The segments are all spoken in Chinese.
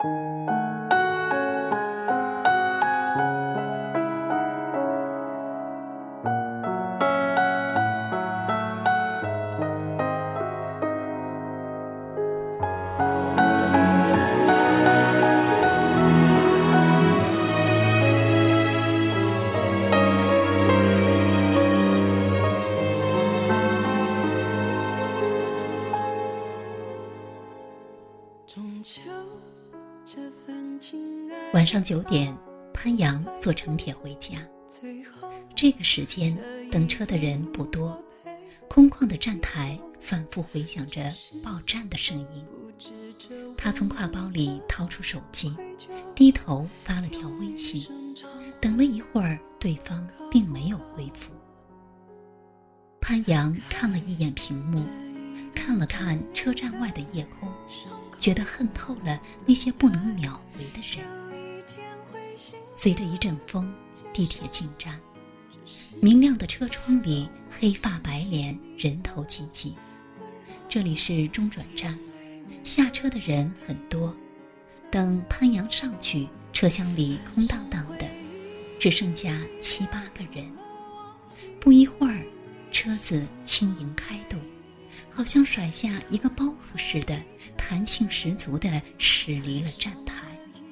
晚上9点，潘阳坐城铁回家。这个时间等车的人不多，空旷的站台反复回响着报站的声音。他从挎包里掏出手机，低头发了条微信。等了一会儿，对方并没有回复。潘阳看了一眼屏幕，看了看车站外的夜空，觉得恨透了那些不能秒回的人。随着一阵风，地铁进站，明亮的车窗里黑发白脸，人头济济。这里是中转站，下车的人很多。等潘阳上去，车厢里空荡荡的，只剩下7、8个人。不一会儿，车子轻盈开动，好像甩下一个包袱似的，弹性十足地驶离了站台。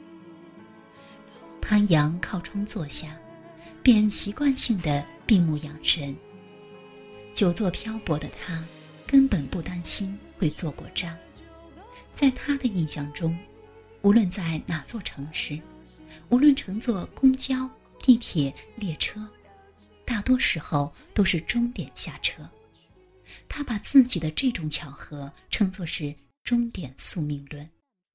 潘阳靠窗坐下，便习惯性地闭目养神。久坐漂泊的他根本不担心会坐过站。在他的印象中，无论在哪座城市，无论乘坐公交、地铁、列车，大多时候都是终点下车。他把自己的这种巧合称作是终点宿命论。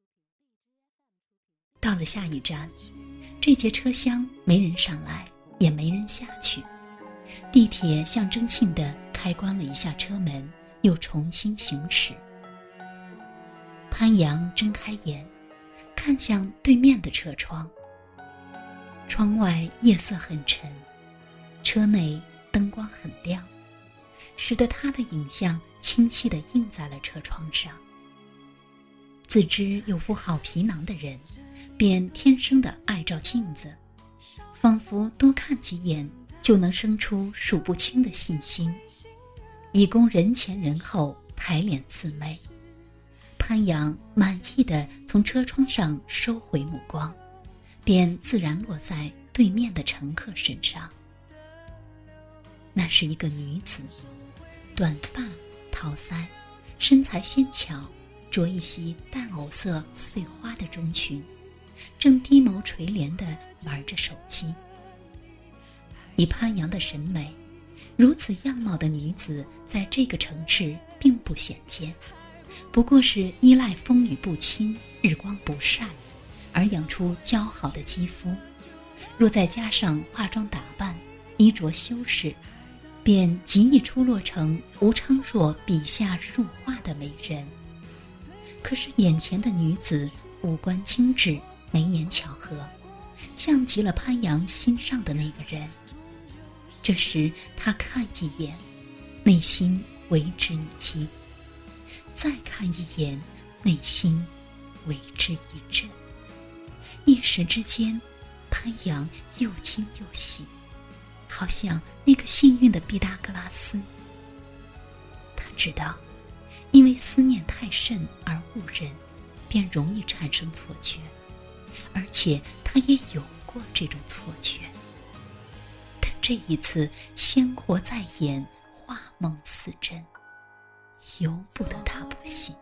到了下一站，这节车厢没人上来，也没人下去。地铁象征性地开关了一下车门，又重新行驶。潘阳睁开眼，看向对面的车窗。窗外夜色很沉，车内灯光很亮，使得他的影像清晰地映在了车窗上。自知有副好皮囊的人，便天生地爱照镜子，仿佛多看几眼就能生出数不清的信心，以供人前人后抬脸自媚。潘阳满意地从车窗上收回目光，便自然落在对面的乘客身上。那是一个女子，短发桃腮，身材纤巧，着一袭淡藕色碎花的中裙，正低眸垂怜地玩着手机。以潘阳的审美，如此样貌的女子在这个城市并不鲜见，不过是依赖风雨不侵、日光不晒而养出姣好的肌肤。若再加上化妆打扮、衣着修饰，便极易出落成吴昌硕笔下入画的美人。可是眼前的女子五官精致，眉眼巧合，像极了潘阳心上的那个人。这时他看一眼，内心为之一激；再看一眼，内心为之一震。一时之间，潘阳又惊又喜，好像那个幸运的毕达哥拉斯。他知道，因为思念太甚而误人，便容易产生错觉，而且他也有过这种错觉。但这一次鲜活在眼，画梦似真，由不得他不信。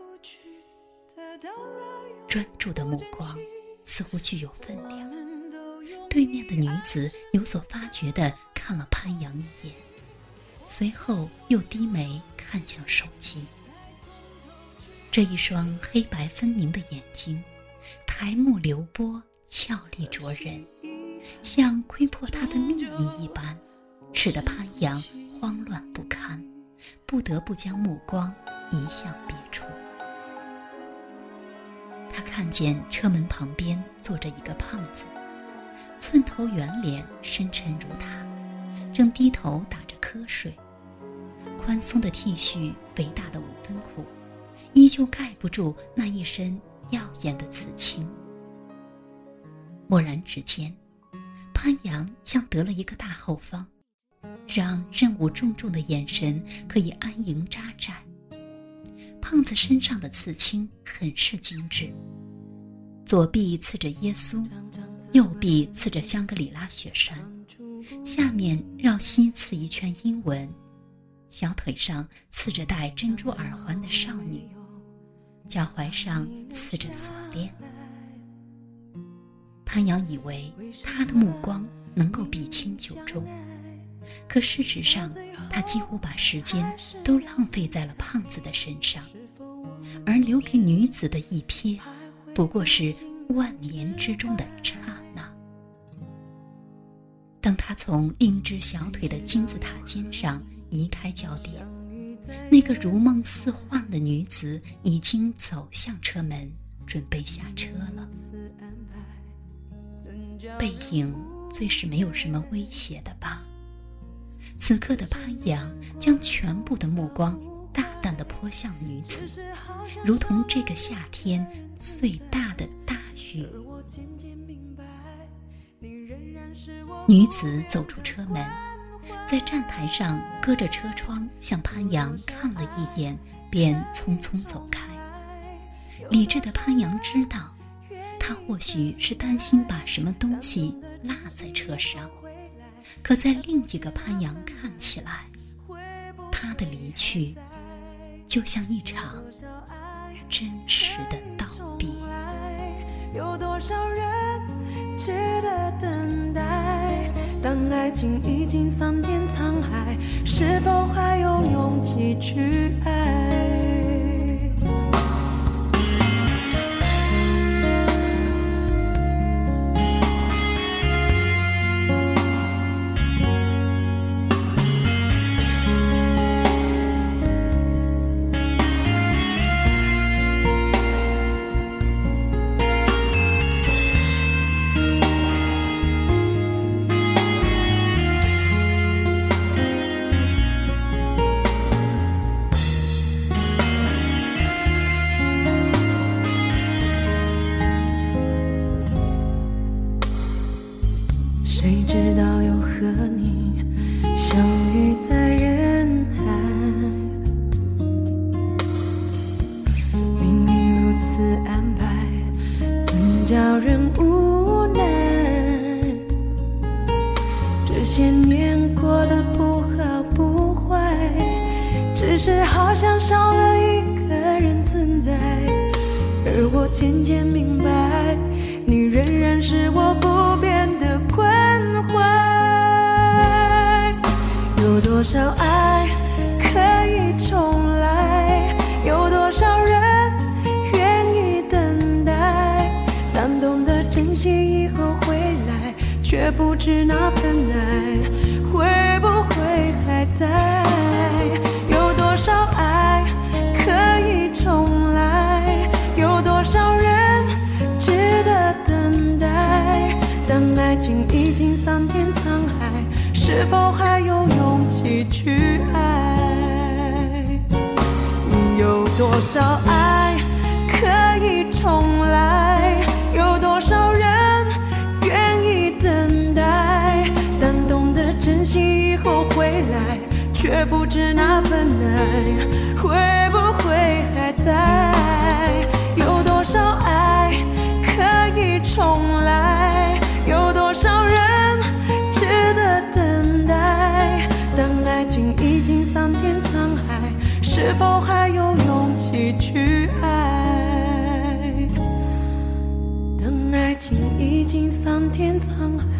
专注的目光似乎具有分量，对面的女子有所发觉地看了潘阳一眼，随后又低眉看向手机。这一双黑白分明的眼睛，台目流波，俏丽灼人，像窥破他的秘密一般，使得潘阳慌乱不堪，不得不将目光移向别处。他看见车门旁边坐着一个胖子，寸头圆脸，深沉如塔，正低头打着瞌睡。宽松的 T 恤，肥大的5分裤，依旧盖不住那一身耀眼的刺青。蓦然之间，潘阳像得了一个大后方，让任务重重的眼神可以安营扎寨。胖子身上的刺青很是精致，左臂刺着耶稣，右臂刺着香格里拉雪山，下面绕膝刺一圈英文，小腿上刺着戴珍珠耳环的少女，脚踝上刺着锁链。潘阳以为他的目光能够避清九中，可事实上他几乎把时间都浪费在了胖子的身上，而留给女子的一瞥不过是万年之中的刹那。当他从另一只小腿的金字塔尖上移开焦点，那个如梦似幻的女子已经走向车门，准备下车了。背影最是没有什么威胁的吧。此刻的潘阳将全部的目光大胆地泼向女子，如同这个夏天最大的大雨。女子走出车门，在站台上隔着车窗向潘阳看了一眼，便匆匆走开。理智的潘阳知道，他或许是担心把什么东西落在车上，可在另一个潘阳看起来，他的离去就像一场真实的道别。 有多少人值得等待？当爱情已经桑田沧海，是否还有勇气去爱？谁知道又和你相遇在人海，命运如此安排，怎叫人无奈？这些年过得不好不坏，只是好像少了一个人存在，而我渐渐明白，你仍然是我不变的关怀。有多少爱可以重来？有多少人愿意等待？当懂得珍惜以后回来，却不知那份爱会不会还在？有多少爱可以重来？有多少人值得等待？当爱情已经桑田沧海，是否还有勇气去爱？有多少爱可以重来？有多少人愿意等待？当懂得珍惜以后回来，却不知那份爱会不会还在？有多少爱可以重来？有多少人值得等待？当爱情已经桑田沧海，是否还有勇气去爱？当爱情已经桑田沧海，